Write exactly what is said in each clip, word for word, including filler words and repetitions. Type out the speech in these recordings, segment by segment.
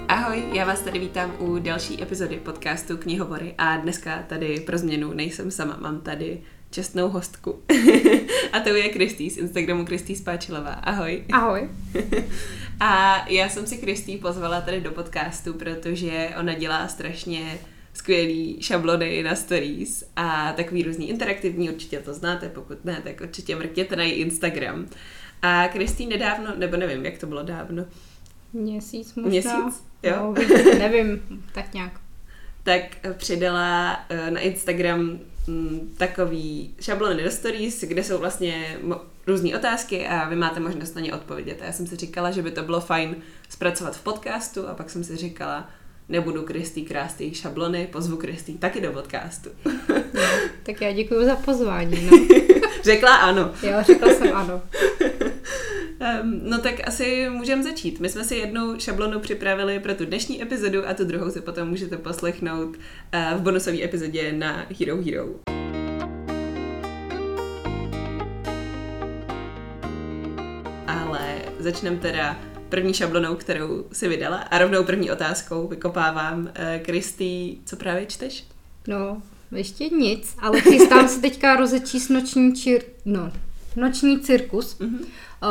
Ahoj, já vás tady vítám u další epizody podcastu Knihovory a dneska tady pro změnu nejsem sama, mám tady čestnou hostku. A to je Kristý z Instagramu Kristý Spáčilová. Ahoj. Ahoj. A já jsem si Kristý pozvala tady do podcastu, protože ona dělá strašně skvělý šablony na stories a takový různý interaktivní, určitě to znáte, pokud ne, tak určitě mrkněte na její Instagram. A Kristý nedávno, nebo nevím, jak to bylo dávno. Měsíc možná. Měsíc, jo. No, nevím, tak nějak. Tak přidala na Instagram takový šablony do stories, kde jsou vlastně různé otázky a vy máte možnost na ně odpovědět. A já jsem si říkala, že by to bylo fajn zpracovat v podcastu a pak jsem si říkala, nebudu Kristý krást její šablony, pozvu Kristý taky do podcastu. No, tak já děkuju za pozvání. No. Řekla ano. Jo, řekla jsem ano. Um, no tak asi můžeme začít. My jsme si jednu šablonu připravili pro tu dnešní epizodu a tu druhou si potom můžete poslechnout uh, v bonusové epizodě na Hero Hero. Ale začneme teda první šablonou, kterou si vydala a rovnou první otázkou vykopávám. Uh, Kristý, co právě čteš? No, ještě nic, ale chystám se teďka rozečíst noční čir... no, noční cirkus. Mm-hmm. Uh,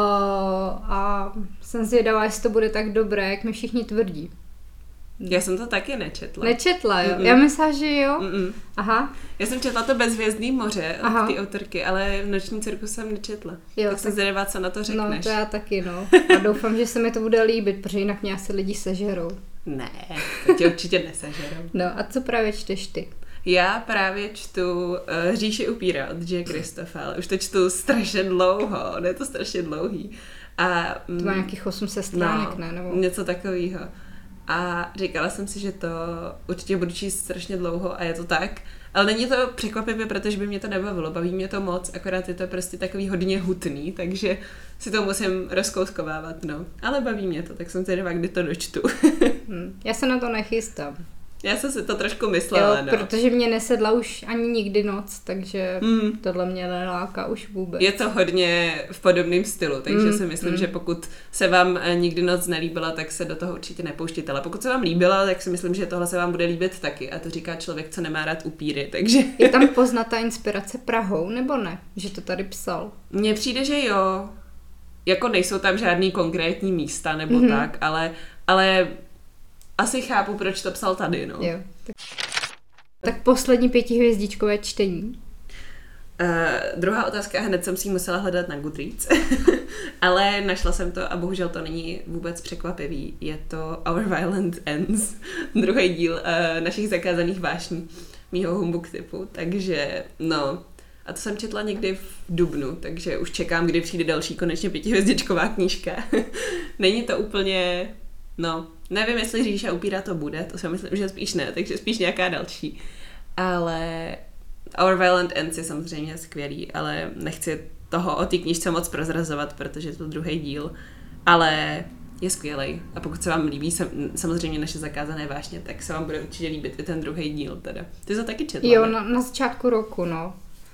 a jsem zvědavá, jestli to bude tak dobré, jak mi všichni tvrdí. Já jsem to taky nečetla. Nečetla, jo? Mm-mm. Já myslela, že jo. Mm-mm. Aha. Já jsem četla to Bezhvězdný moře Aha. od té autorky, ale Noční cirkus jsem nečetla. Jo, tak, tak jsem zvědavá, co na to řekneš. No, to já taky, no. A doufám, že se mi to bude líbit, protože jinak mě asi lidi sežerou. Ne, to tě určitě nesežerou. No a co právě čteš ty? Já právě čtu uh, Říši upíra od J. Christophela. Už to čtu strašně dlouho, no je to strašně dlouhý. A, mm, to má nějakých osm set stránek, no, ne? Nebo... něco takového. A říkala jsem si, že to určitě budu číst strašně dlouho a je to tak. Ale není to překvapivé, protože by mě to nebavilo. Baví mě to moc, akorát je to prostě takový hodně hutný, takže si to musím rozkouskovávat, no. Ale baví mě to, tak jsem zvědavá, kdy to dočtu. hmm. Já se na to nechystám. Já jsem si to trošku myslela, jo, no. protože mě nesedla už ani nikdy noc, takže mm. tohle mě neláká už vůbec. Je to hodně v podobném stylu, takže mm. si myslím, mm. že pokud se vám nikdy noc nelíbila, tak se do toho určitě nepouštíte. Ale pokud se vám líbila, tak si myslím, že tohle se vám bude líbit taky. A to říká člověk, co nemá rád upíry, takže... Je tam poznat ta inspirace Prahou, nebo ne? Že to tady psal? Mně přijde, že jo. Jako nejsou tam žádný konkrétní místa nebo mm. tak, ale... ale asi chápu, proč to psal tady, no. Jo. Tak, tak poslední pětihvězdičkové čtení. Uh, druhá otázka, hned jsem si ji musela hledat na Goodreads, ale našla jsem to a bohužel to není vůbec překvapivý. Je to Our Violent Ends, druhý díl uh, našich zakázaných vášní, mýho humbug typu, takže no... A to jsem četla někdy v dubnu, takže už čekám, kdy přijde další konečně pětihvězdičková knížka. Není to úplně... No, nevím, jestli Říša upíra to bude, to si myslím, že spíš ne, takže spíš nějaká další. Ale Our Violent Ends je samozřejmě skvělý, ale nechci toho o té knížce moc prozrazovat, protože je to druhý díl, ale je skvělej. A pokud se vám líbí samozřejmě naše zakázané vášně, tak se vám bude určitě líbit i ten druhý díl teda. Ty jsi to taky četla, Jo, ne? na, na začátku roku, no.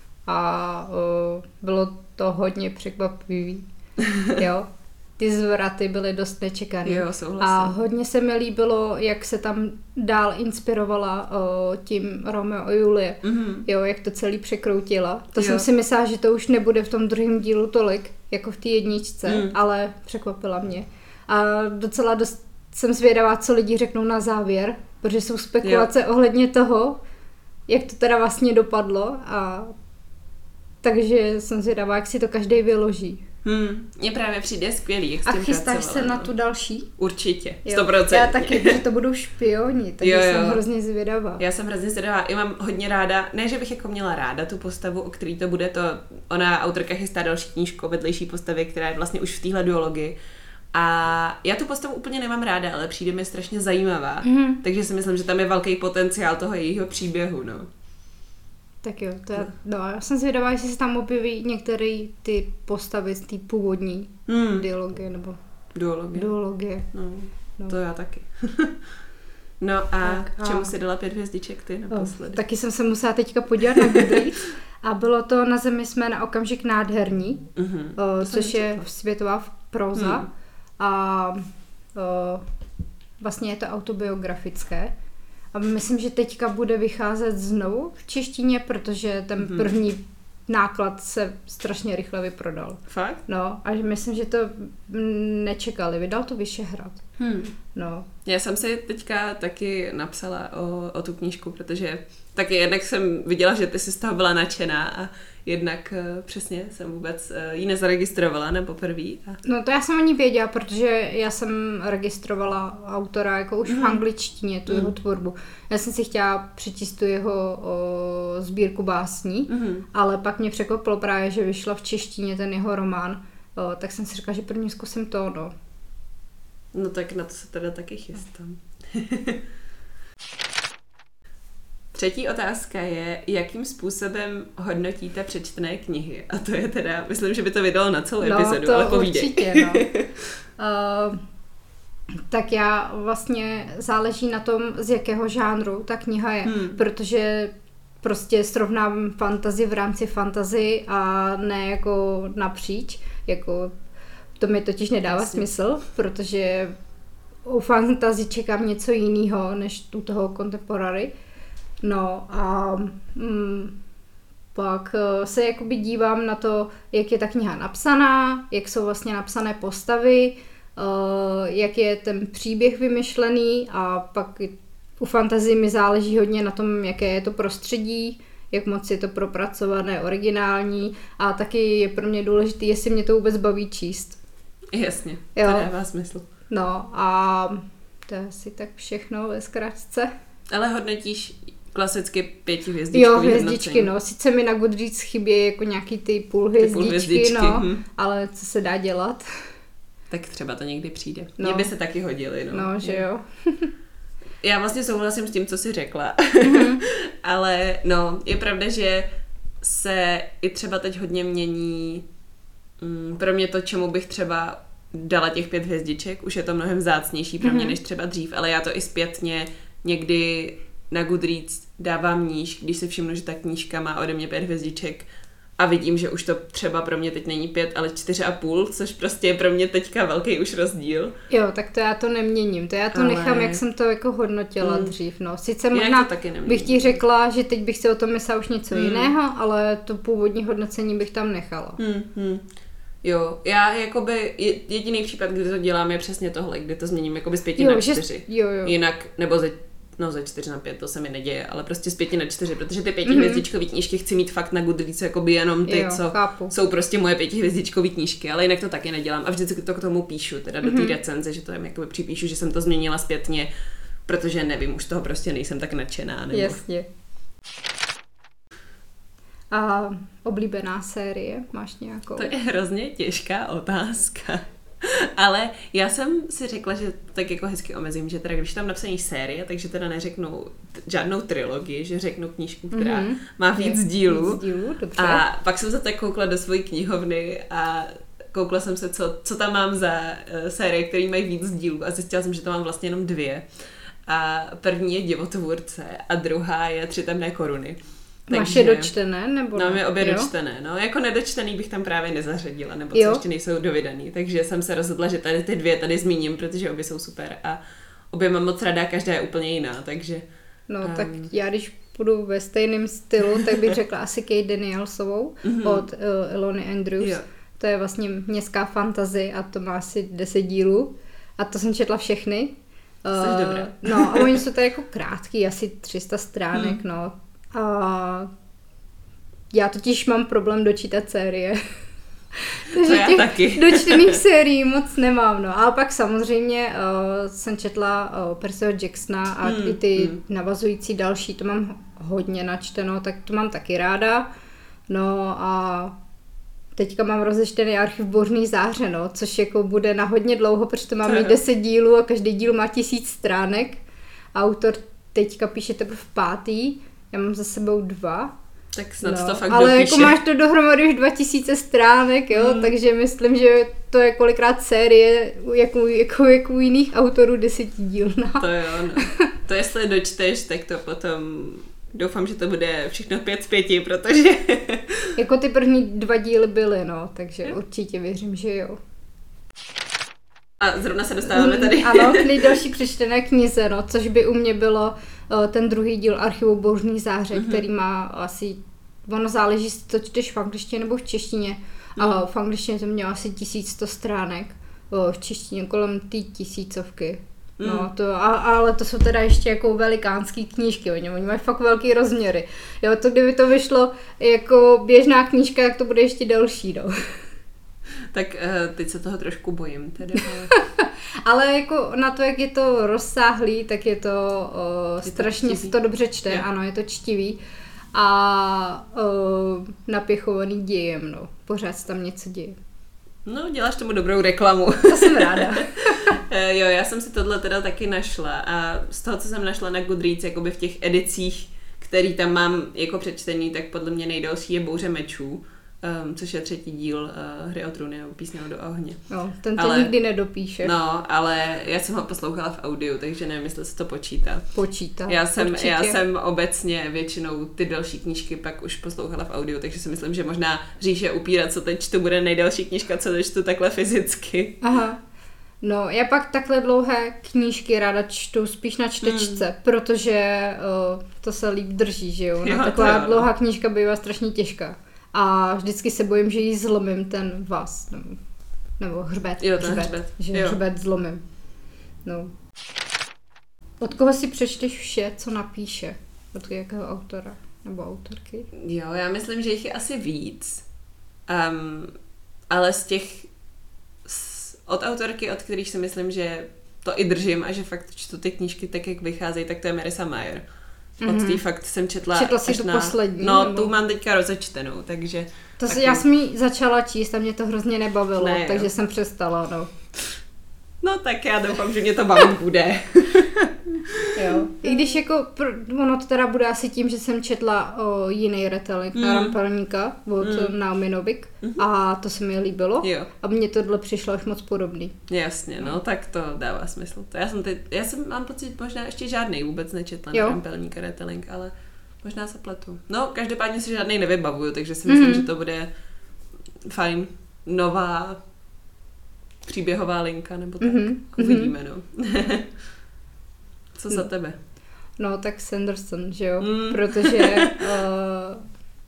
A uh, bylo to hodně překvapivý, jo. Ty zvraty byly dost nečekaný. Jo, souhlasím. A hodně se mi líbilo, jak se tam dál inspirovala o, tím Romeo a Julie. Mm-hmm. Jo, jak to celý překroutila. To jo. Jsem si myslela, že to už nebude v tom druhém dílu tolik, jako v té jedničce, mm. ale překvapila mě. A docela dost jsem zvědavá, co lidi řeknou na závěr, protože jsou spekulace jo. ohledně toho, jak to teda vlastně dopadlo. A takže jsem zvědavá, jak si to každý vyloží. Hmm, mně právě přijde skvělý, jak s tím a chystáš se no. na tu další? Určitě, jo, sto procent. Já taky, protože to budou špioni, takže jo, jo. jsem hrozně zvědavá. Já jsem hrozně zvědavá, já mám hodně ráda, ne, že bych jako měla ráda tu postavu, o který to bude, to ona, autorka chystá další knížku o vedlejší postavě, která je vlastně už v téhle duologii. A já tu postavu úplně nemám ráda, ale přijde mi strašně zajímavá, mm-hmm. takže si myslím, že tam je velký potenciál toho jejího příběhu, no. Tak jo, to je, no, já jsem zvědavá, jestli se tam objeví některé ty postavy z té původní hmm. dialogie, nebo duologie. duologie. No, no, to já taky. No a tak, a... čemu si dala pět hvězdiček ty naposledy? Oh, taky jsem se musela teďka podívat na Goodreads a bylo to Na zemi jsme na okamžik nádherní, uh-huh. uh, což je světová proza hmm. a uh, vlastně je to autobiografické. A myslím, že teďka bude vycházet znovu v češtině, protože ten mm-hmm. první náklad se strašně rychle vyprodal. Fakt? No, a myslím, že to nečekali. Vydal to Vyšehrad. Hmm. No. Já jsem si teďka taky napsala o, o tu knížku, protože taky jednak jsem viděla, že ty jsi z toho byla nadšená a jednak uh, přesně jsem vůbec uh, ji nezaregistrovala na poprví. A... No to já jsem o ní věděla, protože já jsem registrovala autora jako už mm. v angličtině, tu mm. jeho tvorbu. Já jsem si chtěla přečíst tu jeho o, sbírku básní, mm. ale pak mě překvapilo právě, že vyšla v češtině ten jeho román, o, tak jsem si říkala, že první zkusím to, no. No tak na to se teda taky chystám. Třetí otázka je, jakým způsobem hodnotíte přečtené knihy? A to je teda, myslím, že by to vydalo na celou no, epizodu, to ale povídej. Určitě, no. uh, tak já vlastně záleží na tom, z jakého žánru ta kniha je, hmm. protože prostě srovnávám fantasy v rámci fantasy a ne jako napříč, jako to mi totiž nedává Jasně. smysl, protože u fantasy čekám něco jiného, než u toho contemporary. No a mm, pak se jakoby dívám na to, jak je ta kniha napsaná, jak jsou vlastně napsané postavy, uh, jak je ten příběh vymyšlený a pak u fantasy mi záleží hodně na tom, jaké je to prostředí, jak moc je to propracované, originální a taky je pro mě důležité, jestli mě to vůbec baví číst. Jasně, to jo. dává smysl. No a to je asi tak všechno ve zkratce. Ale hodnotíš klasicky pětihvězdičkový Jo, hvězdičky, hodnocení. no. Sice mi na Goodreads chybí jako nějaký ty půl hvězdičky, ty půl hvězdičky no, hm. ale co se dá dělat? Tak třeba to někdy přijde. No. Mně by se taky hodily, no. No, že jo. Já vlastně souhlasím s tím, co jsi řekla. Mm-hmm. Ale no, je pravda, že se i třeba teď hodně mění mm, pro mě to, čemu bych třeba dala těch pět hvězdiček, už je to mnohem vzácnější pro mě, mm-hmm. než třeba dřív, ale já to i zpětně někdy na Goodreads dávám níž, když si všimnu, že ta knížka má ode mě pět hvězdiček a vidím, že už to třeba pro mě teď není pět, ale čtyři a půl, což prostě je pro mě teďka velký už rozdíl. Jo, tak to já to neměním, to já to ale... nechám, jak jsem to jako hodnotila mm. dřív, no. Sice možná bych ti řekla, že teď bych si o tom myslela už něco mm. jiného, ale to původní hodnocení bych tam nechala. Mm, mm. Jo, já jakoby, jediný případ, kdy to dělám, je přesně tohle, kdy to změním jakoby z pěti jo, na čtyři. Že, jo, jo. Jinak, nebo ze, no ze čtyři na pět, to se mi neděje, ale prostě z pěti na čtyři, protože ty pětihvězdičkový knížky chci mít fakt na Goodreads jakoby jenom ty, jo, co chápu. Jsou prostě moje pětihvězdičkový knížky, ale jinak to taky nedělám a vždycky to k tomu píšu, teda do té mm-hmm. recenze, že to jen jakoby připíšu, že jsem to změnila zpětně, protože nevím, už toho prostě nejsem tak nadšená. Nebo... Jasně. A oblíbená série, máš nějakou? To je hrozně těžká otázka. Ale já jsem si řekla, že tak jako hezky omezím, že teda když tam napsaní série, takže teda neřeknu žádnou trilogii, že řeknu knížku, která mm-hmm. má víc dílů. Víc dílů, dobře. A pak jsem se tak koukla do své knihovny a koukla jsem se, co, co tam mám za uh, série, které mají víc dílů a zjistila jsem, že tam mám vlastně jenom dvě. A první je Divotvůrce a druhá je Tři temné koruny. Máš je dočtené, nebo ne? No, je obě jo? dočtené, no. Jako nedočtený bych tam právě nezařadila, nebo co jo? ještě nejsou dovydaný. Takže jsem se rozhodla, že tady ty dvě tady zmíním, protože obě jsou super a obě mám moc ráda, každá je úplně jiná, takže... No, um... tak já když půjdu ve stejném stylu, tak bych řekla asi Kate Danielsovou mm-hmm. od uh, Ilony Andrews. Jo. To je vlastně městská fantasy a to má asi deset dílů. A to jsem četla všechny. Jsi uh, dobrá. No, a oni jsou to jako krátký, asi tři sta stránek, hmm. no. A já totiž mám problém dočítat série. Takže já taky. dočtených sérií moc nemám, no. Ale pak samozřejmě uh, jsem četla uh, Percyho Jacksona a hmm, i ty hmm. navazující další, to mám hodně načteno, tak to mám taky ráda. No a teďka mám rozečtený archiv Bouřný záře, no, což jako bude na hodně dlouho, protože to mám mít deset dílů a každý díl má tisíc stránek. Autor teďka píše teprve v pátý, já mám za sebou dva. Tak snad no, to fakt ale dopíše. jako máš to dohromady už dva tisíce stránek, jo, hmm. takže myslím, že to je kolikrát série jako, jako, jako u jiných autorů desetidílná. To jo, no. To jestli dočteš, tak to potom doufám, že to bude všechno pět z pěti, protože... Jako ty první dva díly byly, no, takže jo. určitě věřím, že jo. A zrovna se dostáváme tady. Ano, k nejdelší přečtené knize, no, což by u mě bylo uh, ten druhý díl Archivu bouřní záře, mm-hmm. který má asi, ono záleží, jestli to čteš v angličtině nebo v češtině. Mm. A v angličtině to mělo asi tisíc sto stránek, uh, v češtině kolem té tisícovky. Mm. No, to, a, ale to jsou teda ještě jako velikánský knížky, oni, oni mají fakt velký rozměry. Jo, to kdyby to vyšlo jako běžná knížka, tak to bude ještě delší, no. Tak uh, teď se toho trošku bojím teda. Ale... ale jako na to, jak je to rozsáhlý, tak je to uh, je strašně se to dobře čte, je. Ano, je to čtivý a uh, napěchovaný dějem, no. Pořád se tam něco děje. No, děláš tomu dobrou reklamu. To jsem ráda. Jo, já jsem si tohle teda taky našla a z toho, co jsem našla na Goodreads, jakoby v těch edicích, který tam mám jako přečtený, tak podle mě nejdelší je Bouře mečů, um, což je třetí díl uh, Hry o trůny nebo Písně do ohně. No, ten to ale, nikdy nedopíše. No, ale já jsem ho poslouchala v audiu, takže nevím, jestli se to počítá. Počítá, já jsem, určitě. já jsem obecně většinou ty další knížky pak už poslouchala v audiu, takže si myslím, že možná Říše upírat, co teď čtu, bude nejdelší knížka, co teď čtu takhle fyzicky. Aha. No, já pak takhle dlouhé knížky ráda čtu spíš na čtečce, hmm. protože uh, to se líp drží, že jo? No, taková jo. dlouhá knížka bývá strašně těžká. A vždycky se bojím, že jí zlomím ten vaz, nebo, nebo hřbet, jo, ten hřbet, hřbet. že jo. hřbet zlomím. No. Od koho si přečteš vše, co napíše? Od jakého autora nebo autorky? Jo, já myslím, že jich je asi víc, um, ale z těch od autorky, od kterých si myslím, že to i držím a že fakt čtu ty knížky tak, jak vycházejí, tak to je Marissa Mayer. Od mm-hmm. té fakt jsem četla Četla si až tu na... poslední? No, nebo? tu mám teďka rozečtenou, takže... To taky... Já jsem ji začala číst a mě to hrozně nebavilo, ne, takže jsem přestala, no. No tak já doufám, že mě to bavit bude. Jo. I když jako, ono to teda bude asi tím, že jsem četla o jiný retelling mm. na Rampelníka od mm. Naomi Novik mm. a to se mi líbilo jo. a mně tohle přišlo až moc podobný. Jasně, no tak to dává smysl. To já jsem teď, já jsem mám pocit, možná ještě žádný vůbec nečetla jo. na Rampelníka retelling, ale možná se pletu. No, každopádně si žádný nevybavuju, takže si myslím, mm. že to bude fajn, nová příběhová linka, nebo tak. Mm-hmm. Uvidíme, no. Co za tebe? No, tak Sanderson, že jo? Mm. Protože uh,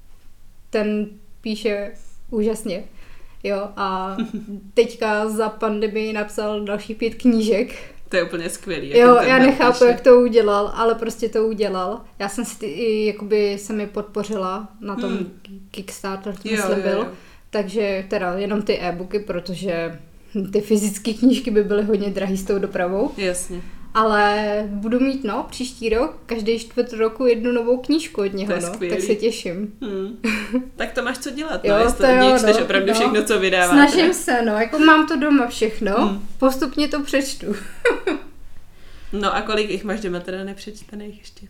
ten píše úžasně. Jo, a teďka za pandemii napsal další pět knížek. To je úplně skvělý. Jo, já nechápu, píše. Jak to udělal, ale prostě to udělal. Já jsem si ty, jakoby se mi podpořila na tom mm. Kickstarter, to myslím byl. Jo. Takže teda jenom ty e-booky, protože ty fyzické knížky by byly hodně drahý s tou dopravou. Jasně. Ale budu mít, no, příští rok, každý čtvrt roku jednu novou knížku od něho, no, tak se těším. Hmm. Tak to máš co dělat, jo, no, jestli to jo, čteš no, opravdu no. všechno, co vydává. Snažím se, no, jako mám to doma všechno, hmm. postupně to přečtu. No a kolik jich máš doma teda nepřečtených ještě?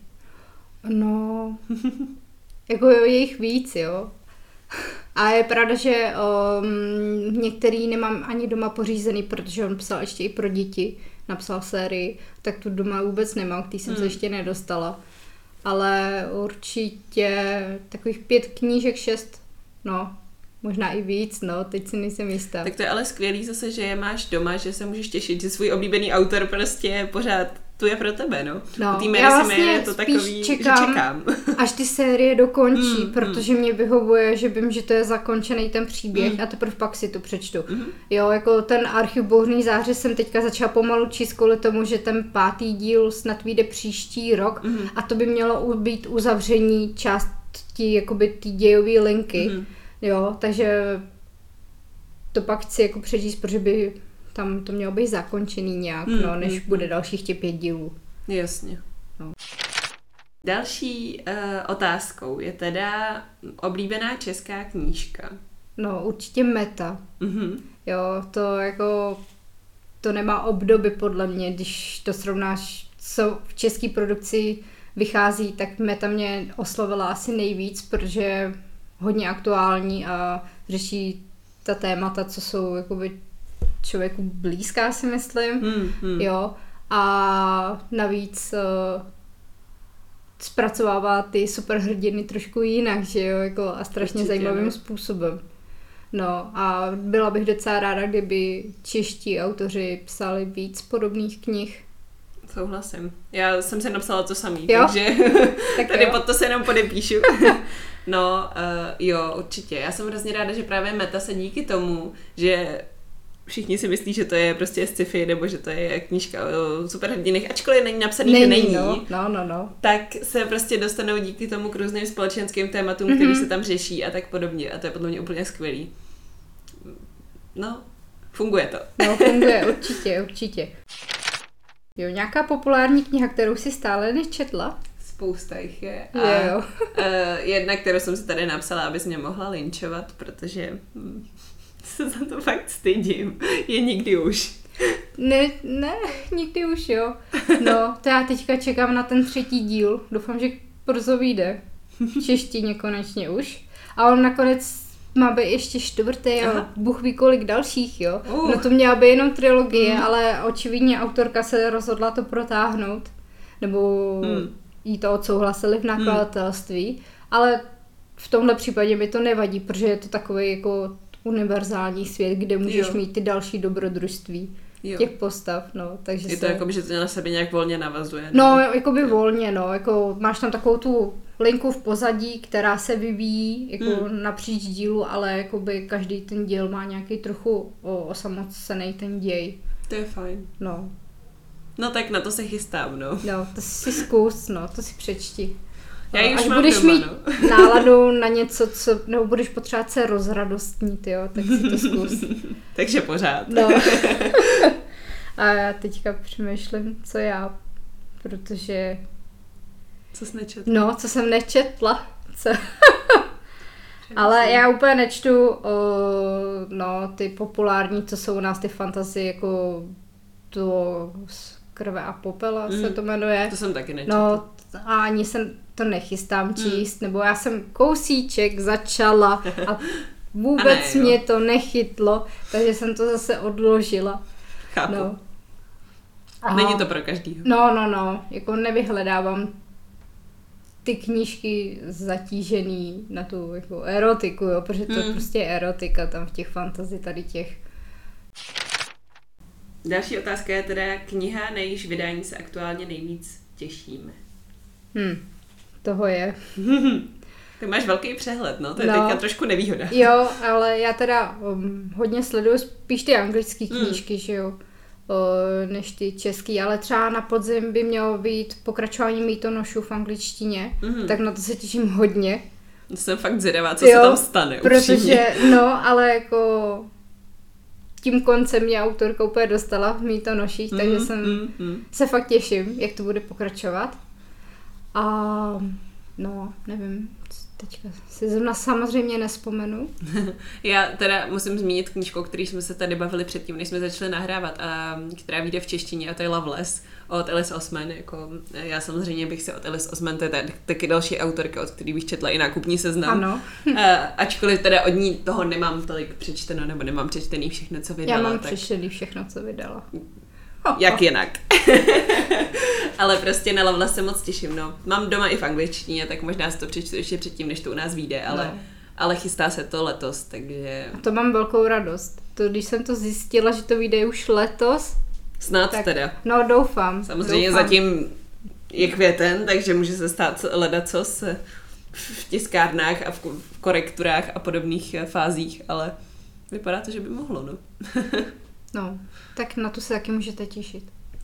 No, jako je jich víc, jo. A je pravda, že um, některý nemám ani doma pořízený, protože on psal ještě i pro děti, napsal sérii, tak tu doma vůbec nemám, který jsem hmm. se ještě nedostala. Ale určitě takových pět knížek, šest, no, možná i víc, no, teď si nejsem jistá. Tak to je ale skvělý zase, že je máš doma, že se můžeš těšit, že svůj oblíbený autor prostě pořád tu je pro tebe, no. No, tý já vlastně je to takový, čekám, že čekám, až ty série dokončí, mm, protože mm. mě vyhovuje, že vím, že to je zakončený ten příběh mm. a teprve pak si to přečtu. Mm. Jo, jako ten Archiv bouřní záře jsem teďka začala pomalu číst kvůli tomu, že ten pátý díl snad vyjde příští rok mm. a to by mělo být uzavření části jakoby ty dějové linky. Mm. Jo, takže to pak chci jako přečíst, protože by tam to mělo být zakončený nějak, mm, no, než mm, bude dalších těch pět dílů. Jasně. No. Další uh, otázkou je teda oblíbená česká knížka. No, určitě Meta. Mm-hmm. Jo, to jako, to nemá obdoby podle mě, když to srovnáš, co v české produkci vychází, tak Meta mě oslovila asi nejvíc, protože je hodně aktuální a řeší ta témata, co jsou jakoby člověku blízká, si myslím. Hmm, hmm. Jo. A navíc uh, zpracovává ty superhrdiny trošku jinak, že jo, jako a strašně Určitě, zajímavým no. způsobem. No a byla bych docela ráda, kdyby čeští autoři psali víc podobných knih. Souhlasím. Já jsem si napsala to samý, jo? takže tak tady jo. pod to se jenom podepíšu. No, uh, jo, určitě. Já jsem hrozně ráda, že právě Meta se díky tomu, že všichni si myslí, že to je prostě sci-fi, nebo že to je knížka o superhrdinech, ačkoliv není napsaný, není, že není, no, no, no, no. tak se prostě dostanou díky tomu k různým společenským tématům, mm-hmm. které se tam řeší a tak podobně. A to je podle mě úplně skvělý. No, funguje to. No, funguje, určitě, určitě. Jo, nějaká populární kniha, kterou si stále nečetla? Spousta jich je. A je, jo. uh, jedna, kterou jsem si tady napsala, abys mě mohla linčovat, protože hm, se za to fakt stydím. Je Nikdy už. Ne, ne, nikdy už, jo. No, to já teďka čekám na ten třetí díl. Doufám, že brzo vyjde. V češtině konečně už. A on nakonec má být ještě čtvrtý a Bůh ví kolik dalších, jo. Uh. No to měla být jenom trilogie, mm. ale očividně autorka se rozhodla to protáhnout. Nebo mm. jí to odsouhlasili v nakladatelství. Mm. Ale v tomhle případě mi to nevadí, protože je to takový jako univerzální svět, kde můžeš jo. mít ty další dobrodružství jo. těch postav, no. Takže je to se... jako by, že to na sebe nějak volně navazuje. No, jako by volně, no. Jako máš tam takovou tu linku v pozadí, která se vyvíjí jako hmm. napříč dílu, ale jakoby každý ten díl má nějaký trochu osamocený ten děj. To je fajn. No. No tak na to se chystám, no. No, to si zkus, no, to si přečti. Já ji už Až mám budeš doma, mít no. náladu na něco, co, nebo budeš potřebovat se rozradostnit, jo, tak si to zkus. Takže pořád. No. A já teďka přemýšlím, co já, protože... Co jsi nečetla? No, co jsem nečetla. Co? Ale já úplně nečtu o, no, ty populární, co jsou u nás ty fantasy, jako to z Krve a popela mm. se to jmenuje. To jsem taky nečetla. No a ani jsem to nechystám číst, mm. nebo já jsem kousíček začala a vůbec a ne, mě to nechytlo, takže jsem to zase odložila. Chápu. No. A není to pro každýho. No, no, no, jako nevyhledávám ty knížky zatížený na tu jako erotiku, jo, protože to hmm. prostě je erotika tam v těch fantasy tady těch. Další otázka je teda kniha, na jejíž vydání se aktuálně nejvíc těšíme. Hm, toho je. Ty máš velký přehled, no, to je no, teďka trošku nevýhoda. Jo, ale já teda um, hodně sleduju spíš ty anglické knížky, hmm. že jo, uh, než ty český, ale třeba na podzim by mělo být pokračování Mýtonošů v angličtině, hmm. tak na to se těším hodně. Jsem fakt zvědavá, co jo, se tam stane, protože, upřímně. no, ale jako tím koncem mě autorka úplně dostala v Mýtonoších, mm, takže jsem mm, mm. se fakt těším, jak to bude pokračovat. A no, nevím, teďka si zrovna samozřejmě nespomenu. Já teda musím zmínit knížku, o který jsme se tady bavili předtím, než jsme začali nahrávat, a která vyjde v češtině, a to je Loveless od Alice Oseman. Jako, já samozřejmě bych si od Alice Oseman, to je taky další autorka, od který bych četla i nákupní seznam. Ano. a, ačkoliv teda od ní toho nemám tolik přečteno, nebo nemám přečtený všechno, co vydala. Já mám tak... přečtený všechno, co vydala. Jak jinak. Ale prostě na Loveless se moc těším, no. Mám doma i v angličtině, tak možná si to přečtu ještě předtím, než to u nás vyjde, ale, no. ale chystá se to letos, takže... A to mám velkou radost. To, když jsem to zjistila, že to vyjde už letos... Snad tak, teda. No, doufám. Samozřejmě doufám. Zatím je květen, takže může se stát ledacos v tiskárnách a v korekturách a podobných fázích, ale vypadá to, že by mohlo, no. No, tak na to se taky můžete těšit.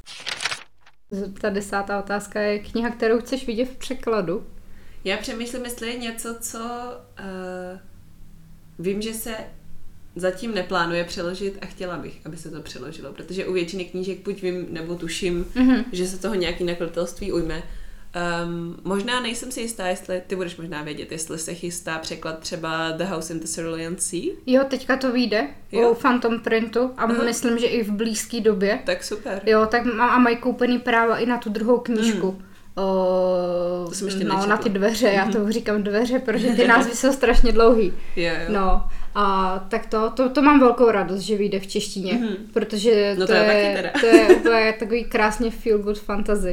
Ta desátá otázka je kniha, kterou chceš vidět v překladu. Já přemýšlím, jestli je něco, co uh, vím, že se zatím neplánuje přeložit a chtěla bych, aby se to přeložilo, protože u většiny knížek buď vím nebo tuším, mm-hmm. že se toho nějaký nakladatelství ujme. Um, možná nejsem si jistá, jestli ty budeš možná vědět, jestli se chystá překlad třeba The House in the Cerulean Sea. Jo, teďka to vyjde u Phantom Printu a uh-huh. myslím, že i v blízké době. Tak super. Jo, tak mám a mají koupený práva i na tu druhou knížku. Mm. O, to jsem ještě no, nečetla. na ty dveře, já to říkám dveře, protože ty názvy jsou strašně dlouhý. Jo, jo. No, a tak to, to, to mám velkou radost, že vyjde v češtině, mm-hmm. protože no to, to, je, je, to je úplně takový krásně feel good fantasy.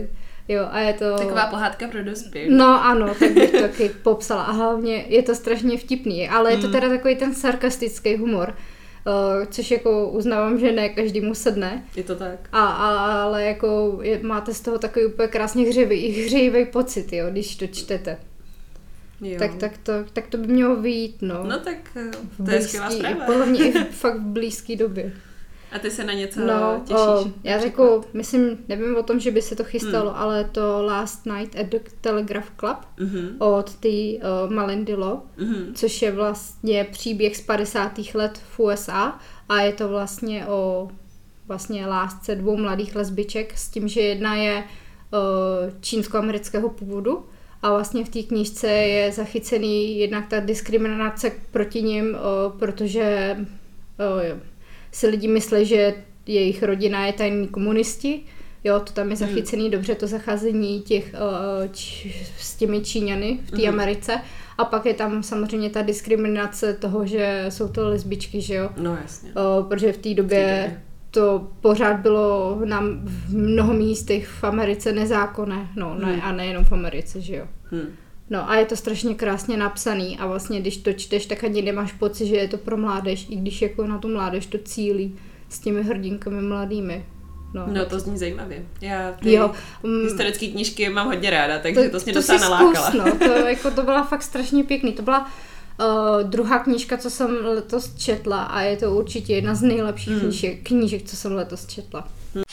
Jo, a je to... Taková pohádka pro dospělé. No ano, tak bych to taky popsala. A hlavně je to strašně vtipný, ale je to teda takový ten sarkastický humor, uh, což jako uznávám, že ne každému sedne. Je to tak. A, a, ale jako je, máte z toho takový úplně krásně hřejivý, hřejivý pocit, jo, když to čtete. Jo. Tak, tak, to, tak to by mělo vyjít, no. No tak to je skvělá zpráva. Podle mě i fakt v blízké době. A ty se na něco no, těšíš? O, já řeknu, myslím, nevím o tom, že by se to chystalo, hmm. ale to Last Night at the Telegraph Club mm-hmm. od té uh, Melindy Law, mm-hmm. což je vlastně příběh z padesátých let v U S A a je to vlastně o vlastně lásce dvou mladých lesbiček s tím, že jedna je uh, čínsko-amerického původu a vlastně v té knížce je zachycený jednak ta diskriminace proti nim, uh, protože uh, si lidi myslí, že jejich rodina je tajní komunisti. Jo, to tam je zachycený hmm. dobře, to zacházení těch uh, č- s těmi Číňany v té hmm. Americe. A pak je tam samozřejmě ta diskriminace toho, že jsou to lesbičky, že jo? No jasně. Uh, protože v té době to pořád bylo na mnoho místech v Americe nezákonné. No, hmm. ne, a nejenom v Americe, že jo? Hmm. No a je to strašně krásně napsaný a vlastně když to čteš, tak ani nemáš pocit, že je to pro mládež, i když jako na tu mládež to cílí s těmi hrdinkami mladými. No, no to zní zajímavě. Já ty jo, um, historické knížky mám hodně ráda, takže to, to mě docela nalákala. No, to, jako, to byla fakt strašně pěkný. To byla uh, druhá knížka, co jsem letos četla a je to určitě jedna z nejlepších hmm. knížek, knížek, co jsem letos četla. Hmm.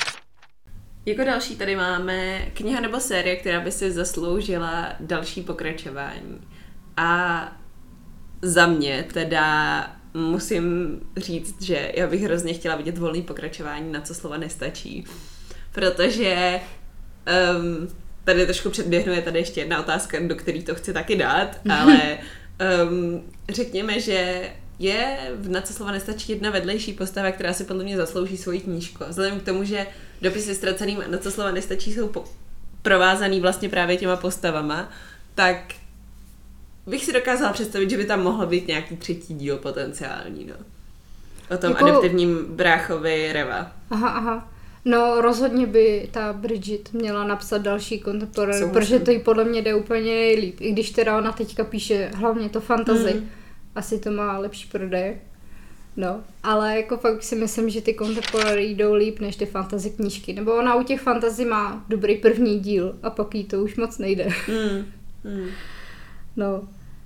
Jako další tady máme kniha nebo série, která by si zasloužila další pokračování. A za mě teda musím říct, že já bych hrozně chtěla vidět volný pokračování, na co slova nestačí. Protože um, tady trošku předběhnu, je tady ještě jedna otázka, do které to chci taky dát, ale um, řekněme, že je v Na co slova nestačí jedna vedlejší postava, která si podle mě zaslouží svoji knížku. Vzhledem k tomu, že Dopisy ztraceným a Na co slova nestačí jsou po- provázaný vlastně právě těma postavama, tak bych si dokázala představit, že by tam mohlo být nějaký třetí díl potenciální, no. O tom jako... adoptivním bráchovi Reva. Aha, aha. No rozhodně by ta Bridget měla napsat další contemporary, protože to jí podle mě jde úplně nejlíp. I když teda ona teďka píše hlavně to fantasy. Mm. Asi to má lepší prodeje. No, ale jako fakt si myslím, že ty contemporary jdou líp než ty fantasy knížky. Nebo ona u těch fantasy má dobrý první díl a pak jí to už moc nejde. Mm. Mm. No,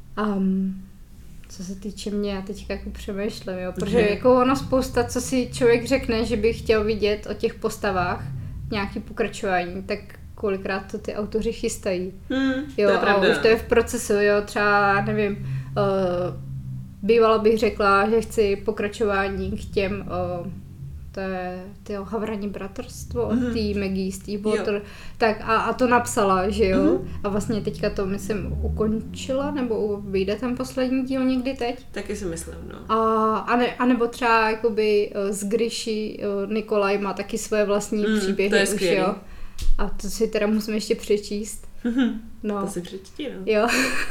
um, co se týče mě, já teďka jako přemýšlím, jo, protože mm. jako ono spousta, co si člověk řekne, že by chtěl vidět o těch postavách, nějaký pokračování, tak kolikrát to ty autoři chystají. Mm, jo, a už to je v procesu, jo, třeba, nevím, uh, bývala bych řekla, že chci pokračování k těm, uh, to je tyjo, Havraní bratrstvo od mm. té Maggie Stiefvater, tak a, a to napsala, že jo, mm. a vlastně teďka to, myslím, ukončila, nebo vyjde ten poslední díl někdy teď? Taky si myslím, no. A, a, ne, a nebo třeba jakoby uh, z Gryši uh, Nikolaj má taky své vlastní mm, příběhy, to je už, skvělý. Jo. A to si teda musím ještě přečíst. No. To si přečti, no. Jo.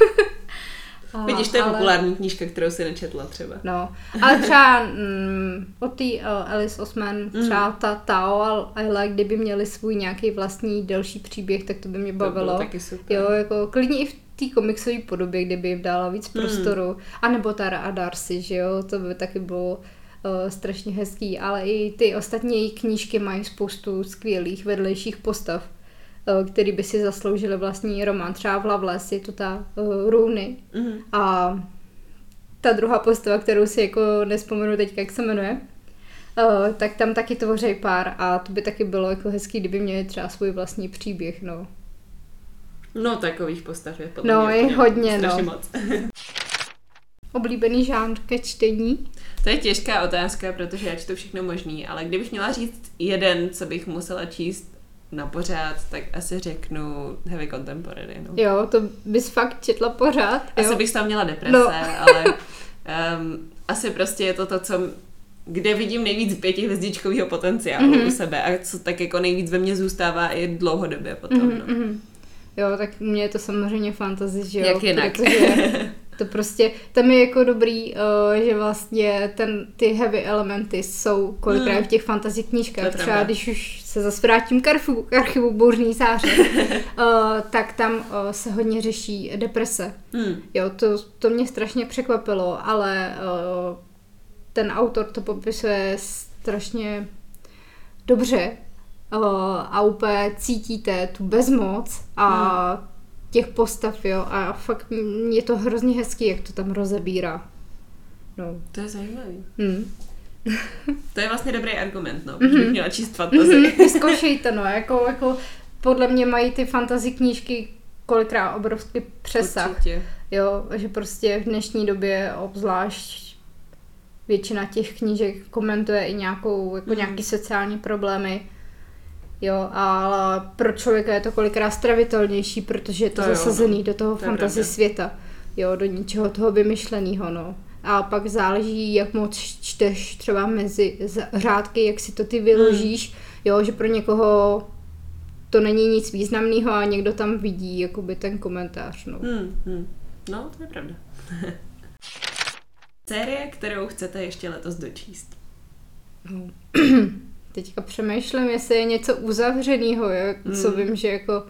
A, vidíš, to je ale... populární knížka, kterou si nečetla třeba. No, ale třeba mm, od té uh, Alice Osman, třeba mm. ta Tao a Ayla, kdyby měli svůj nějaký vlastní delší příběh, tak to by mě bavilo. To bylo taky super. Jo, jako klidně i v té komiksové podobě, kdyby jim dala víc prostoru. Mm. A nebo Tara a Darcy, že jo, to by taky bylo uh, strašně hezký, ale i ty ostatní její knížky mají spoustu skvělých vedlejších postav, který by si zasloužili vlastní román. Třeba v Loveless je to ta uh, Rooney mm-hmm. a ta druhá postava, kterou si jako nespomenu teď, jak se jmenuje, uh, tak tam taky tvoří pár a to by taky bylo jako hezký, kdyby měli třeba svůj vlastní příběh, no. No, takových postav je podle no, mě je hodně, strašně no. moc. Oblíbený žánr ke čtení? To je těžká otázka, protože já čtu všechno možný, ale kdybych měla říct jeden, co bych musela číst na pořád, tak asi řeknu heavy contemporary. No. Jo, to bys fakt četla pořád. Asi jo. bych tam měla deprese, no. ale um, asi prostě je to to, co, kde vidím nejvíc pětihvězdičkovýho potenciálu mm-hmm. u sebe a co tak jako nejvíc ve mně zůstává i dlouhodobě potom. Mm-hmm, no. mm-hmm. Jo, tak u mě je to samozřejmě fantasy, že jo. Jak jinak. Protože To prostě, tam je jako dobrý, uh, že vlastně ten, ty heavy elementy jsou kolikrát hmm. v těch fantasy knížkách. Třeba pravda. Když už se zase vrátím k archivu, k archivu Bouřní záře, uh, tak tam uh, se hodně řeší deprese. Hmm. Jo, to, to mě strašně překvapilo, ale uh, ten autor to popisuje strašně dobře uh, a úplně cítíte tu bezmoc a hmm. těch postav, jo, a fakt je to hrozně hezký, jak to tam rozebírá. No. To je zajímavý. Hmm. To je vlastně dobrý argument, no, protože bych měla číst fantasy. Mm-hmm. Zkoušejte, no, jako, jako podle mě mají ty fantasy knížky kolikrát obrovský přesah. Určitě. Jo, že prostě v dnešní době obzvlášť většina těch knížek komentuje i nějakou, jako mm. nějaký sociální problémy. Jo, ale pro člověka je to kolikrát stravitelnější, protože je to, to zasazený jo, no. do toho to fantasy světa. Jo, do ničeho toho vymyšleného, no. A pak záleží, jak moc čteš třeba mezi řádky, jak si to ty vyložíš, mm. jo, že pro někoho to není nic významného a někdo tam vidí jakoby ten komentář, no. Mm, mm. No, to je pravda. Série, kterou chcete ještě letos dočíst? No. Teďka přemýšlím, jestli je něco uzavřenýho, jo? Co mm. vím, že jako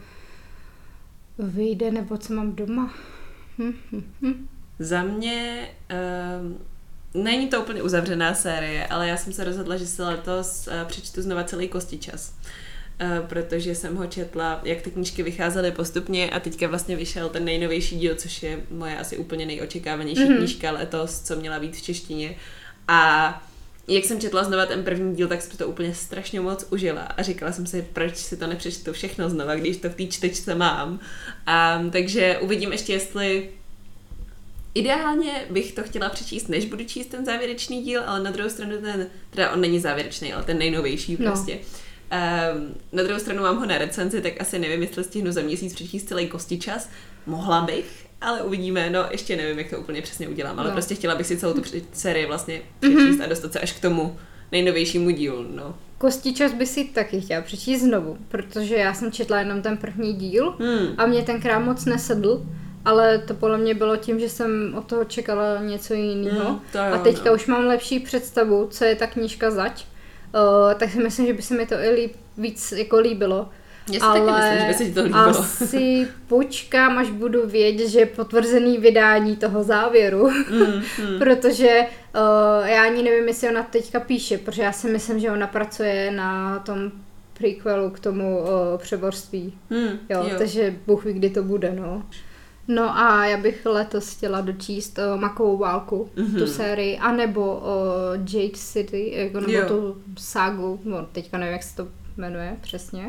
vyjde, nebo co mám doma. Hm, hm, hm. Za mě um, není to úplně uzavřená série, ale já jsem se rozhodla, že si letos uh, přečtu znova celý Kostičas. Uh, protože jsem ho četla, jak ty knížky vycházely postupně a teďka vlastně vyšel ten nejnovější díl, což je moje asi úplně nejočekávanější mm-hmm. knížka letos, co měla být v češtině. A jak jsem četla znova ten první díl, tak jsem to úplně strašně moc užila a říkala jsem si, proč si to nepřečtu všechno znova, když to v té čtečce mám. A, takže uvidím ještě, jestli ideálně bych to chtěla přečíst, než budu číst ten závěrečný díl, ale na druhou stranu ten, teda on není závěrečný, ale ten nejnovější prostě. No. Um, na druhou stranu mám ho na recenzi, tak asi nevím, jestli stihnu za měsíc přečíst celý Kostičas. Mohla bych, ale uvidíme, no ještě nevím, jak to úplně přesně udělám, ale no. prostě chtěla bych si celou tu sérii vlastně přečíst mm-hmm. a dostat se až k tomu nejnovějšímu dílu, no. Kostičas by si taky chtěla přečíst znovu, protože já jsem četla jenom ten první díl hmm. a mě tenkrát moc nesedl, ale to podle mě bylo tím, že jsem od toho čekala něco jiného. Hmm, a teďka no. už mám lepší představu, co je ta knížka zač, uh, tak si myslím, že by se mi to i líb, víc jako líbilo. Já si ale taky myslím, že by se ti to líbilo. Asi počkám, až budu vědět, že je potvrzený vydání toho závěru, mm, mm. protože uh, já ani nevím, jestli ona teďka píše, protože já si myslím, že ona pracuje na tom prequelu k tomu uh, přeborství, mm, jo, jo. takže Bůh ví, kdy to bude, no. No a já bych letos chtěla dočíst uh, Makovou válku, mm-hmm. tu sérii, anebo uh, Jade City, jako, nebo jo. tu ságu, no, teďka nevím, jak se to jmenuje přesně.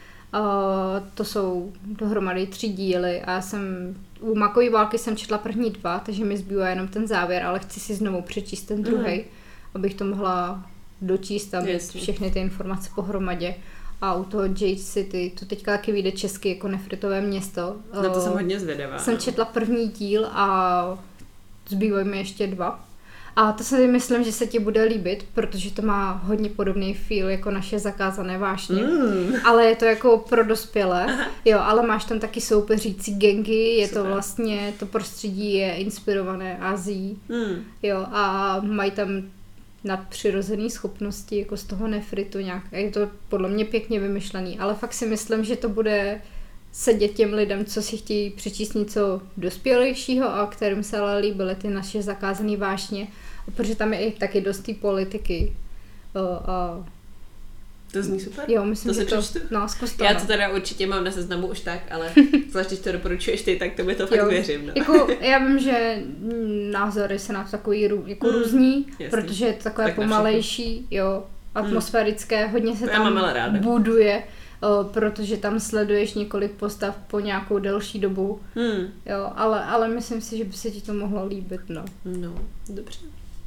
Uh, to jsou dohromady tři díly a já jsem u Makové války jsem četla první dva, takže mi zbývá jenom ten závěr, ale chci si znovu přečíst ten druhý, mm. abych to mohla dočíst a mít všechny ty informace pohromadě. A u toho Jade City, to teďka taky vyjde česky jako Nefritové město. Na to jsem hodně zvědavá. Jsem četla první díl a zbývají mi ještě dva. A to si myslím, že se ti bude líbit, protože to má hodně podobný feel jako Naše zakázané vášně. Mm. Ale je to jako pro dospělé, Aha. jo, ale máš tam taky soupeřící gangy, je Super. To vlastně, to prostředí je inspirované Asií, mm. jo, a mají tam nadpřirozené schopnosti jako z toho nefritu nějak. A je to podle mě pěkně vymyšlený, ale fakt si myslím, že to bude sedět těm lidem, co si chtějí přečíst něco dospělejšího a kterým se ale líbily ty Naše zakázané vášně, protože tam je i taky dost té politiky. Uh, uh, to zní super. Jo, myslím, to že to, no, zkus to. Já to teda určitě mám na seznamu už tak, ale zvlášť, když to doporučuješ ty, tak to by to fakt jo. věřím. No. Jako, já vím, že názory se na to takový jako mm, různí, jasný. Protože je to takové tak pomalejší, jo, atmosférické, mm. hodně se to tam buduje. O, protože tam sleduješ několik postav po nějakou delší dobu, hmm. jo, ale, ale myslím si, že by se ti to mohlo líbit, no. No, dobře.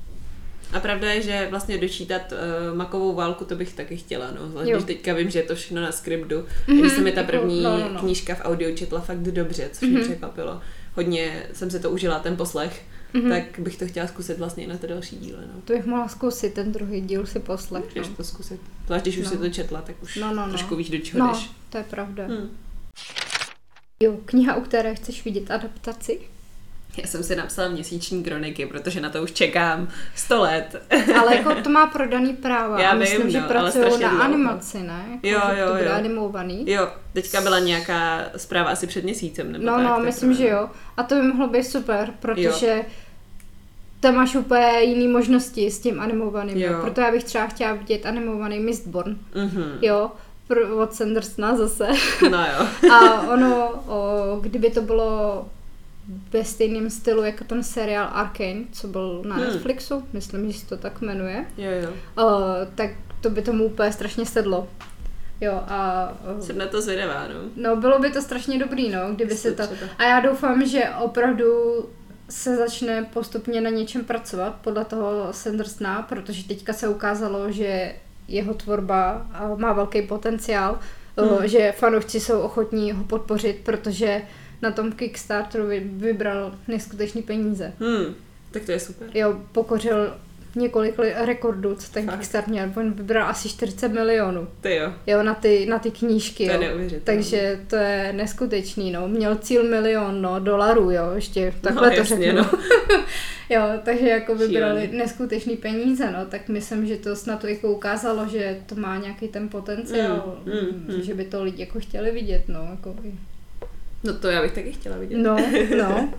A pravda je, že vlastně dočítat uh, Makovou válku, to bych taky chtěla, no, zvlášť když teďka vím, že je to všechno na skriptu, mm-hmm. když se mi ta první no, no, no. knížka v audio četla fakt dobře, což mm-hmm. mě překvapilo. Hodně jsem se to užila, ten poslech, mm-hmm. tak bych to chtěla zkusit vlastně i na ty další díly, no. To bych mohla zkusit, ten druhý díl si poslech, Můžeš no. to zkusit. Zvlášť, když už no. si to četla, tak už no, no, trošku no. víš, do čeho no, jdeš. to je pravda. Hmm. Jo, kniha, u které chceš vidět adaptaci? Já jsem si napsala měsíční kroniky, protože na to už čekám sto let. Ale jako to má prodaný práva. Já a vím, myslím, no, že pracují na dlouho. animaci, ne? Jako, jo, že jo, to bude jo. animovaný. Jo, teďka byla nějaká zpráva asi před měsícem, nebo No, tak. no, tak myslím, to, že jo. A to by mohlo být super, protože jo. tam máš úplně jiný možnosti s tím animovaným. Jo. Jo. Proto já bych třeba chtěla vidět animovaný Mistborn. Mm-hmm. Jo, pro, od Sandersona zase. No jo. A ono, o, kdyby to bylo ve stejném stylu jako ten seriál Arcane, co byl na hmm. Netflixu, myslím, že se to tak jmenuje, Jo, jo. o, tak to by tomu úplně strašně sedlo. Jo, a... O, jsem na to zvědavá, no. No, bylo by to strašně dobrý, no, kdyby se to... Třeba. A já doufám, že opravdu se začne postupně na něčem pracovat podle toho Sandersona, protože teďka se ukázalo, že jeho tvorba má velký potenciál, hmm. že fanoušci jsou ochotní ho podpořit, protože na tom Kickstarteru vybral neskutečný peníze. Hmm, tak to je super. Jo, pokořil několik rekordů, co ten Kickstarter měl. On vybral asi čtyřicet milionů. Ty jo. Jo, na ty, na ty knížky, to jo. Je neuvěřitelné. Takže to je neskutečný, no. Měl cíl milion, no, dolarů, jo, ještě takhle no, to jasně, řeknu. No. Jo, takže jako vybrali Šílený. neskutečný peníze, no, tak myslím, že to snad to jako ukázalo, že to má nějaký ten potenciál, mm, mm, mm. že by to lidi jako chtěli vidět, no, jako. No to já bych taky chtěla vidět. No, no.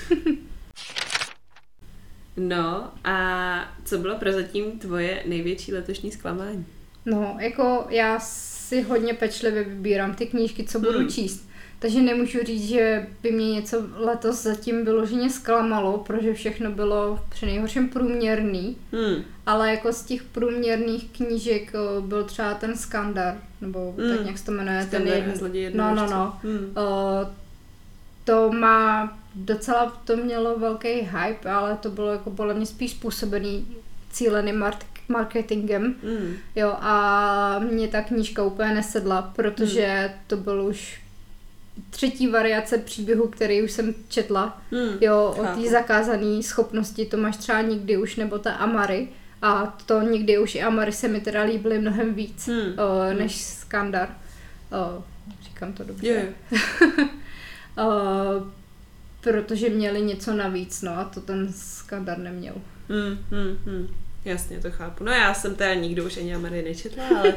No a co bylo prozatím tvoje největší letošní zklamání? No, jako já si hodně pečlivě vybírám ty knížky, co budu Hmm. číst. Takže nemůžu říct, že by mě něco letos zatím vyloženě zklamalo, protože všechno bylo přinejhorším průměrný. Hmm. Ale jako z těch průměrných knížek o, byl třeba ten Skandar, nebo Hmm. tak nějak se to jmenuje. Skandar ten a zloděj No, no, jednorožce. no. Hmm. O, to má, docela to mělo velký hype, ale to bylo jako podle mě spíš způsobený cíleným mark- marketingem. Hmm. Jo, a mě ta knížka úplně nesedla, protože hmm. to byl už třetí variace příběhu, který už jsem četla. Hmm. Jo, o Chápu. té zakázané schopnosti, to máš třeba nikdy už, nebo ta Amary. A to nikdy už i Amary se mi teda líbily mnohem víc, Hmm. o, než Skandar. O, říkám to dobře. Jo, jo. o, protože měli něco navíc, no a to ten Skandar neměl. Hmm, hmm, hmm. Jasně, to chápu. No já jsem teda nikdo už ani Amary nečetla, ale...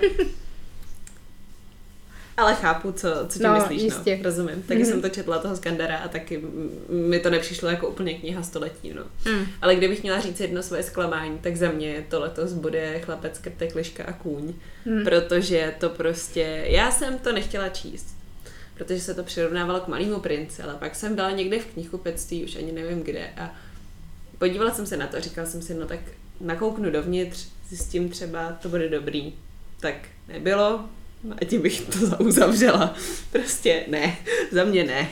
ale chápu, co, co tím No, myslíš, jistě. no. Rozumím. Taky Mhm. jsem to četla, toho Skandara, a taky m- mi to nepřišlo jako úplně kniha století, no. Mm. Ale kdybych měla říct jedno svoje zklamání, tak za mě to letos bude Chlapec, krtek, liška a kůň. Mm. Protože to prostě... Já jsem to nechtěla číst, protože se to přirovnávalo k Malému princi, ale pak jsem byla někde v knihkupectví, už ani nevím kde, a podívala jsem se na to a říkala jsem si, no tak nakouknu dovnitř, zjistím třeba, to bude dobrý. Tak nebylo, a tím bych to uzavřela. Prostě ne, za mě ne.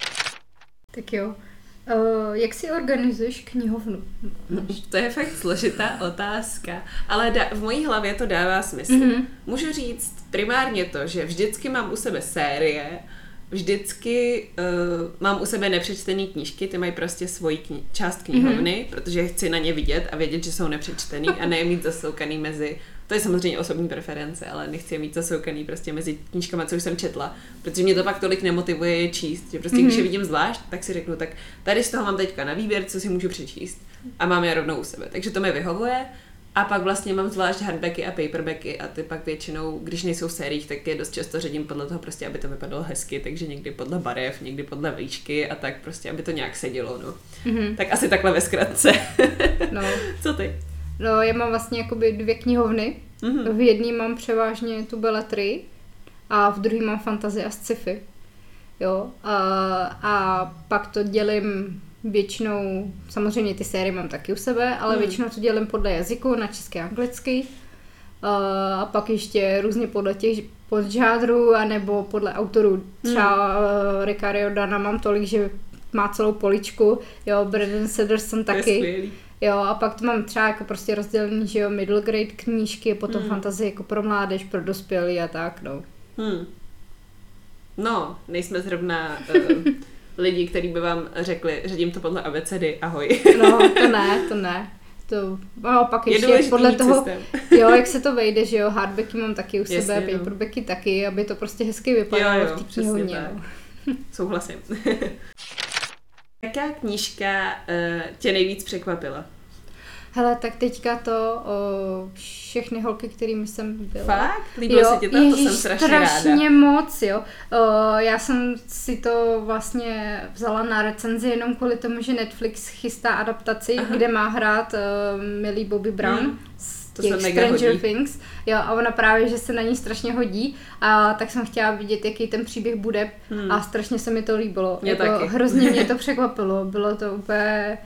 Tak jo. Uh, jak si organizuješ knihovnu? To je fakt složitá otázka, ale da- v mojí hlavě to dává smysl. Mm-hmm. Můžu říct primárně to, že vždycky mám u sebe série, vždycky uh, mám u sebe nepřečtený knížky, ty mají prostě svoji kni- část knihovny, mm-hmm. protože chci na ně vidět a vědět, že jsou nepřečtený a ne je mít zasoukaný mezi, to je samozřejmě osobní preference, ale nechci je mít zasoukaný prostě mezi knížkama, co už jsem četla, protože mě to pak tolik nemotivuje je číst, že prostě mm-hmm. když je vidím zvlášť, tak si řeknu, tak tady z toho mám teďka na výběr, co si můžu přečíst a mám je rovnou u sebe, takže to mi vyhovuje. A pak vlastně mám zvlášť hardbacky a paperbacky a ty pak většinou, když nejsou v sériích, tak je dost často ředím podle toho prostě, aby to vypadalo hezky, takže někdy podle barev, někdy podle výšky a tak prostě, aby to nějak sedělo, no. Mm-hmm. Tak asi takhle ve zkratce. No. Co ty? No, já mám vlastně jakoby dvě knihovny. Mm-hmm. V jedné mám převážně tu beletrii a v druhé mám fantasy a sci-fi. Jo. A, a pak to dělím většinou, samozřejmě ty série mám taky u sebe, ale hmm. většinou to dělím podle jazyku, na český a anglický. A pak ještě různě podle těch podžádrů, anebo podle autorů. Třeba hmm. Ricka Riordana mám tolik, že má celou poličku, jo, Brandon Sanderson taky. Jo, a pak to mám třeba jako prostě rozdělený, že jo, middle grade knížky, potom hmm. fantasy jako pro mládež, pro dospělí a tak, no. Hmm. No, nejsme zrovna uh, lidi, kteří by vám řekli, řadím to podle abecedy, ahoj. No, to ne, to ne. To, no, pak ještě je podle toho, systém. Jo, jak se to vejde, že jo, hardbacky mám taky u Jasně, sebe, no. paperbacky taky, aby to prostě hezky vypadalo jo, jo, v té knihovně. No. Souhlasím. Jaká knížka uh, tě nejvíc překvapila? Hele, tak teďka to o, všechny holky, kterými jsem byla. Fakt? Líbilo se ti to? To jsem strašně ráda. strašně moc, jo. O, já jsem si to vlastně vzala na recenzi jenom kvůli tomu, že Netflix chystá adaptaci, Aha. kde má hrát uh, Millie Bobby Brown hmm. z to těch Stranger Things. Jo, a ona právě, že se na ní strašně hodí. A tak jsem chtěla vidět, jaký ten příběh bude. Hmm. A strašně se mi to líbilo. Mě jako, taky. Hrozně mě to překvapilo. Bylo to úplně...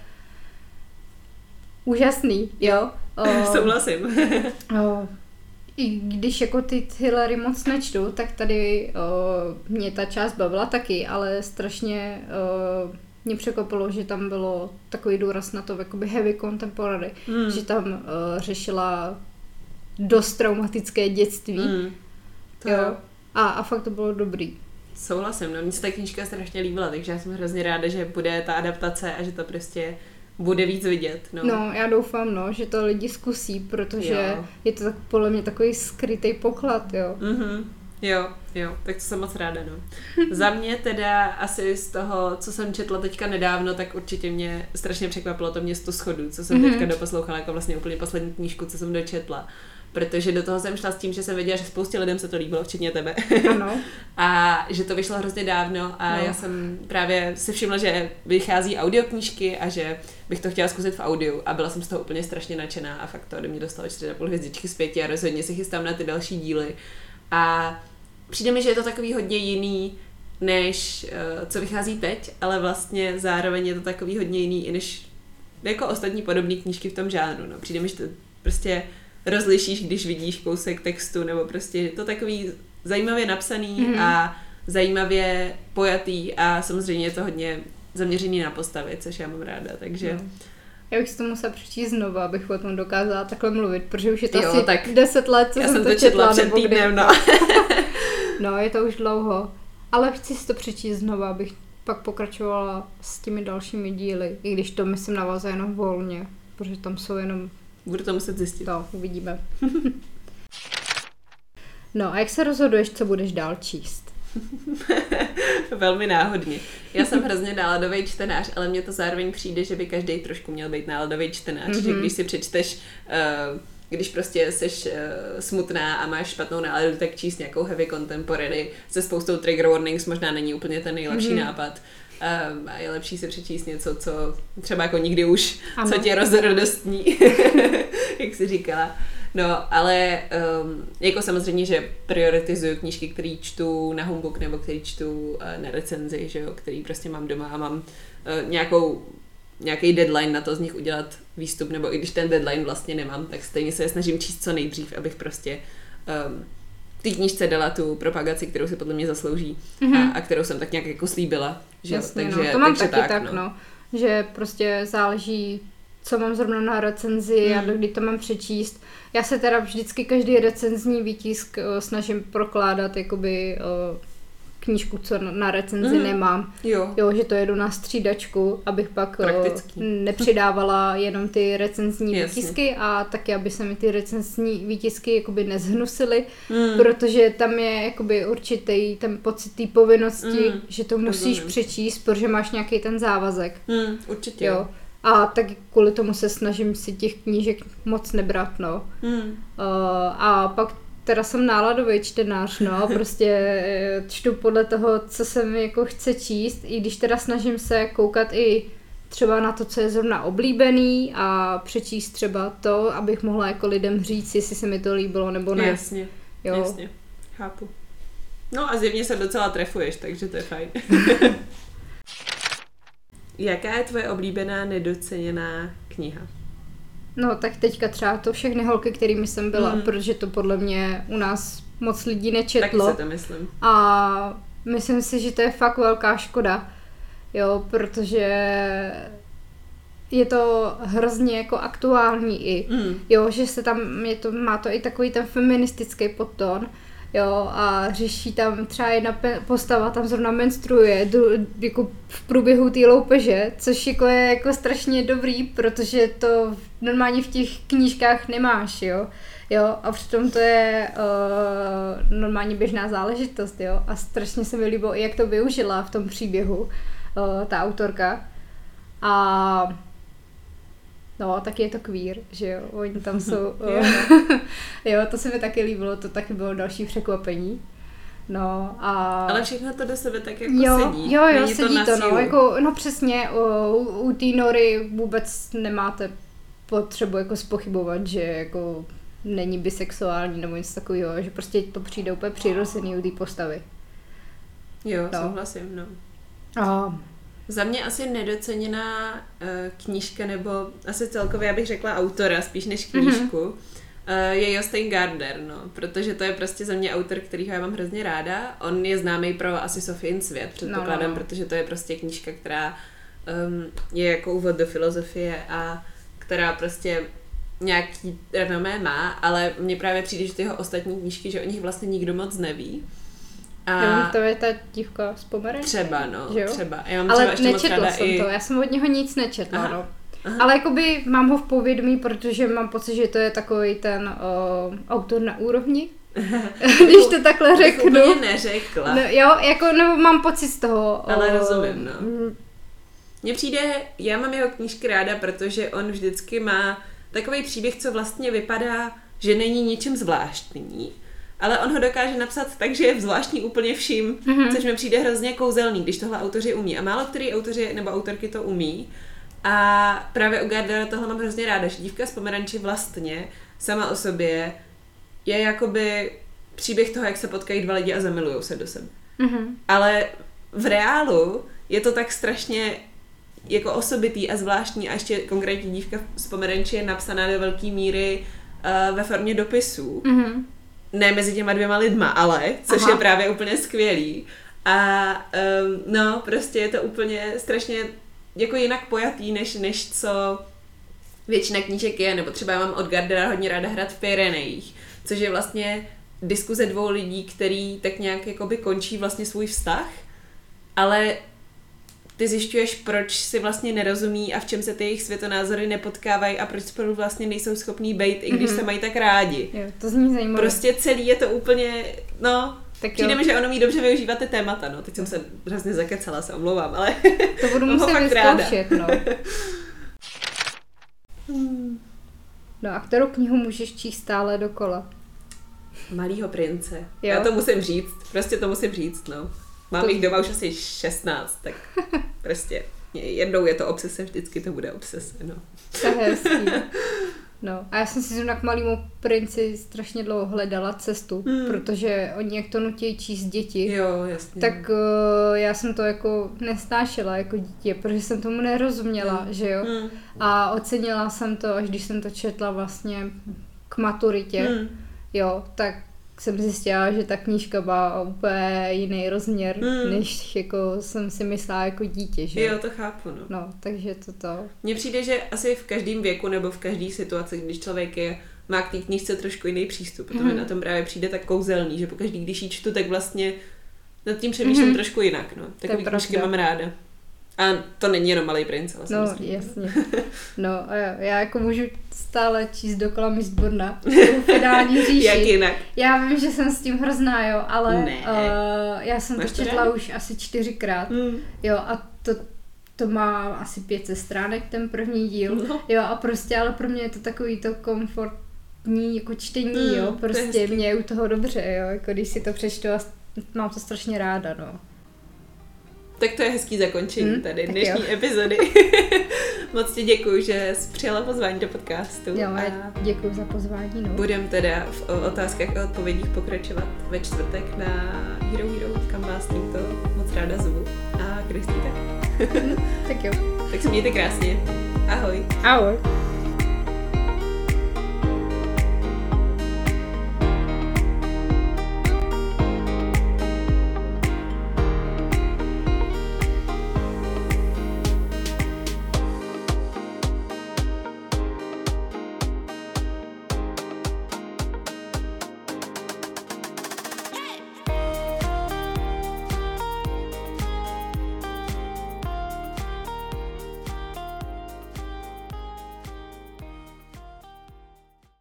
úžasný, jo. O, Souhlasím. o, I když jako ty thrillery moc nečtu, tak tady o, mě ta část bavila taky, ale strašně o, mě překvapilo, že tam bylo takový důraz na to jakoby heavy contemporary, mm. že tam o, řešila dost traumatické dětství. Mm. To jo. A, a fakt to bylo dobrý. Souhlasím, no, mně se ta knížka strašně líbila, takže já jsem hrozně ráda, že bude ta adaptace a že to prostě bude víc vidět. No, no já doufám, no, že to lidi zkusí, protože jo. je to tak, podle mě takový skrytý poklad, jo. Mm-hmm. Jo, jo, tak to jsem moc ráda, no. Za mě teda asi z toho, co jsem četla teďka nedávno, tak určitě mě strašně překvapilo to Město schodů, co jsem mm-hmm. teďka doposlouchala jako vlastně úplně poslední knížku, co jsem dočetla. Protože do toho jsem šla s tím, že jsem věděla, že spoustě lidem se to líbilo, včetně tebe. Ano. A že to vyšlo hrozně dávno a no. já jsem právě si všimla, že vychází audioknížky a že bych to chtěla zkusit v audiu a byla jsem z toho úplně strašně nadšená a fakt to ode mě dostalo čtyři a půl hvězdičky z pěti a rozhodně si chystám na ty další díly. A přijde mi, že je to takový hodně jiný, než uh, co vychází teď, ale vlastně zároveň je to takový hodně jiný, i než jako ostatní podobné knížky v tom žánru. No. Přijde mi, že to prostě rozlišíš, když vidíš kousek textu, nebo prostě je to takový zajímavě napsaný mm-hmm. a zajímavě pojatý a samozřejmě je to hodně zaměřený na postavy, což já mám ráda, takže... No. Já bych si to musela přečíst znovu, abych o tom dokázala takhle mluvit, protože už je to jo, asi tak deset let, co já jsem, jsem to to četla, četla před týdnem, no. No, je to už dlouho, ale chci si to přečíst znovu, abych pak pokračovala s těmi dalšími díly, i když to myslím navazuje jenom volně, protože tam jsou jenom... Budu to muset zjistit. To, uvidíme. No a jak se rozhoduješ, co budeš dál číst? Velmi náhodně. Já jsem hrozně náladový čtenář, ale mně to zároveň přijde, že by každý trošku měl být náladový čtenář. Mm-hmm. Že když si přečteš, uh, když prostě jsi uh, smutná a máš špatnou náladu, tak číst nějakou heavy contemporary se spoustou trigger warnings možná není úplně ten nejlepší mm-hmm. nápad. Um, a je lepší si přečíst něco, co třeba jako nikdy už, ano. co tě rozradostní, jak jsi říkala. No, ale um, jako samozřejmě, že prioritizuju knížky, které čtu na homebook nebo které čtu uh, na recenzi, že jo, který prostě mám doma a mám uh, nějakou, nějaký deadline na to z nich udělat výstup, nebo i když ten deadline vlastně nemám, tak stejně se je snažím číst co nejdřív, abych prostě um, té knížce dala tu propagaci, kterou si podle mě zaslouží mm-hmm. a, a kterou jsem tak nějak jako slíbila. Že Jasně, takže, no. To mám takže taky tak, tak, no. no. Že prostě záleží, co mám zrovna na recenzi mm. a dokdy to mám přečíst. Já se teda vždycky každý recenzní výtisk o, snažím prokládat jakoby o, knížku, co na, na recenzi mm. nemám. Jo. jo. Že to jedu na střídačku, abych pak o, nepřidávala jenom ty recenzní Jasně. výtisky a taky, aby se mi ty recenzní výtisky jakoby nezhnusily, mm. protože tam je jakoby určitý ten pocit té povinnosti, mm. že to musíš Rozumím. přečíst, protože máš nějaký ten závazek. Mm, určitě. Jo. A tak kvůli tomu se snažím si těch knížek moc nebrat, no. Mm. Uh, a pak teda jsem náladový čtenář, no, prostě čtu podle toho, co se mi jako chce číst, i když teda snažím se koukat i třeba na to, co je zrovna oblíbený a přečíst třeba to, abych mohla jako lidem říct, jestli se mi to líbilo nebo ne. Jasně, jo. jasně, chápu. No a zjevně se docela trefuješ, takže to je fajn. Jaká je tvoje oblíbená nedoceněná kniha? No tak teďka třeba to všechny holky, kterými jsem byla, mm. protože to podle mě u nás moc lidí nečetlo. Taky si to myslím. A myslím si, že to je fakt velká škoda, jo, protože je to hrozně jako aktuální i, mm. jo, že se tam, je to, má to i takový ten feministický podton, jo, a řeší tam třeba jedna postava, tam zrovna menstruuje jako v průběhu té loupeže, což jako je jako strašně dobrý, protože to normálně v těch knížkách nemáš, jo, jo, a přitom to je uh, normálně běžná záležitost, jo, a strašně se mi líbilo, jak to využila v tom příběhu uh, ta autorka. A no, tak je to queer, že jo, oni tam jsou, jo, to se mi taky líbilo, to taky bylo další překvapení. No a... Ale všechno to do sebe tak jako jo, sedí. Jo, jo, Není sedí to, to, no, jako, no přesně, u, u té Nory vůbec nemáte potřebu jako zpochybovat, že jako není bisexuální nebo něco takového, že prostě to přijde úplně přirozený u té postavy. Jo, no. souhlasím, no. A... Za mě asi nedoceněná uh, knížka, nebo asi celkově, já bych řekla autora, spíš než knížku, mm-hmm. uh, je Jostein Gaarder, no, protože to je prostě za mě autor, kterýho já mám hrozně ráda. On je známý pro asi Sofín svět, předpokládám, no, no, no. protože to je prostě knížka, která um, je jako úvod do filozofie a která prostě nějaký renomé má, ale mně právě přijde, že ty jeho ostatní knížky, že o nich vlastně nikdo moc neví. A jo, to je ta dívka z Pomeranče. Třeba, no, že jo? třeba. Já mám ale třeba ještě nečetla moc jsem i... to, já jsem od něho nic nečetla, Aha. no. Aha. Ale jakoby mám ho v povědomí, protože mám pocit, že to je takový ten uh, autor na úrovni. Když to takhle řeknu. Úplně neřekla. No, jo, jako, nebo mám pocit z toho. Ale uh, rozumím, no. Mně přijde, já mám jeho knížky ráda, protože on vždycky má takový příběh, co vlastně vypadá, že není ničím zvláštní, ale on ho dokáže napsat tak, že je zvláštní úplně vším, mm-hmm. což mi přijde hrozně kouzelný, když tohle autoři umí. A málo který autoři nebo autorky to umí. A právě u Gaardera tohle mám hrozně ráda, že dívka z Pomeranči vlastně sama o sobě je jakoby příběh toho, jak se potkají dva lidi a zamilujou se do sebe. Mm-hmm. Ale v reálu je to tak strašně jako osobitý a zvláštní a ještě konkrétní dívka z Pomeranči je napsaná do velké míry uh, ve formě dopisů. Mm-hmm. Ne mezi těma dvěma lidma, ale, což Aha. je právě úplně skvělý. A um, no, prostě je to úplně strašně jako jinak pojatý, než, než co většina knížek je, nebo třeba já mám od Gaardera hodně ráda Hrad v Pyrenejích, což je vlastně diskuze dvou lidí, který tak nějak jakoby končí vlastně svůj vztah, ale ty zjišťuješ, proč si vlastně nerozumí a v čem se ty jejich světonázory nepotkávají a proč spolu vlastně nejsou schopní bejt, i když mm-hmm. se mají tak rádi. Jo, to zní zajímavé. Prostě celý je to úplně, no, tak přijde mi, že ono umí dobře využívat ty témata, no. Teď jsem se hrozně zakecala, se omlouvám, ale to budu muset vyzkoušet, no. No a kterou knihu můžeš číst stále dokola? Malýho prince. Jo? Jo? Já to musím říct, prostě to musím říct, no. Mám to... jich doma už asi šestnáct, tak prostě jednou je to obsese, vždycky to bude obsese, no. To je hezký. No a já jsem si zrovna k Malému princi strašně dlouho hledala cestu, hmm. protože oni jak to nutí číst děti, jo, jasně. tak uh, já jsem to jako nesnášela jako dítě, protože jsem tomu nerozuměla, hmm. že jo. Hmm. A ocenila jsem to, až když jsem to četla vlastně k maturitě, hmm. jo, tak jsem zjistila, že ta knížka má úplně jiný rozměr, hmm. než jako jsem si myslela jako dítě, že? Jo, to chápu, no. No, takže to to. Mně přijde, že asi v každém věku nebo v každé situaci, když člověk je, má k té knížce trošku jiný přístup, protože hmm. na tom právě přijde tak kouzelný, že pokaždý, když ji čtu, tak vlastně nad tím přemýšlím hmm. trošku jinak, no. Takové knížky mám ráda. A to není jenom Malý princ, ale no, samozřejmě. jasně. No a já, já jako můžu stále číst dokola Mistborna. Finální říši. Jak jinak? Já vím, že jsem s tím hrozná, jo, ale ne. uh, já jsem Máš to četla to už asi čtyřikrát. Hmm. Jo, a to, to má asi pět set stránek, ten první díl. No. Jo, a prostě, ale pro mě je to takový to komfortní jako čtení, hmm, jo, prostě mě je u toho dobře, jo, jako když si to přečtu a mám to strašně ráda, no. Tak to je hezký zakončení hmm, tady dnešní jo. epizody. Moc ti děkuju, že jsi přijala pozvání do podcastu. Jo, a děkuju za pozvání. No. Budeme teda v otázkách a odpovědích pokračovat ve čtvrtek na Hero Hero, kam vás tímto moc ráda zvu. A Kristýka. Tak jo. Tak se mějte krásně. Ahoj. Ahoj.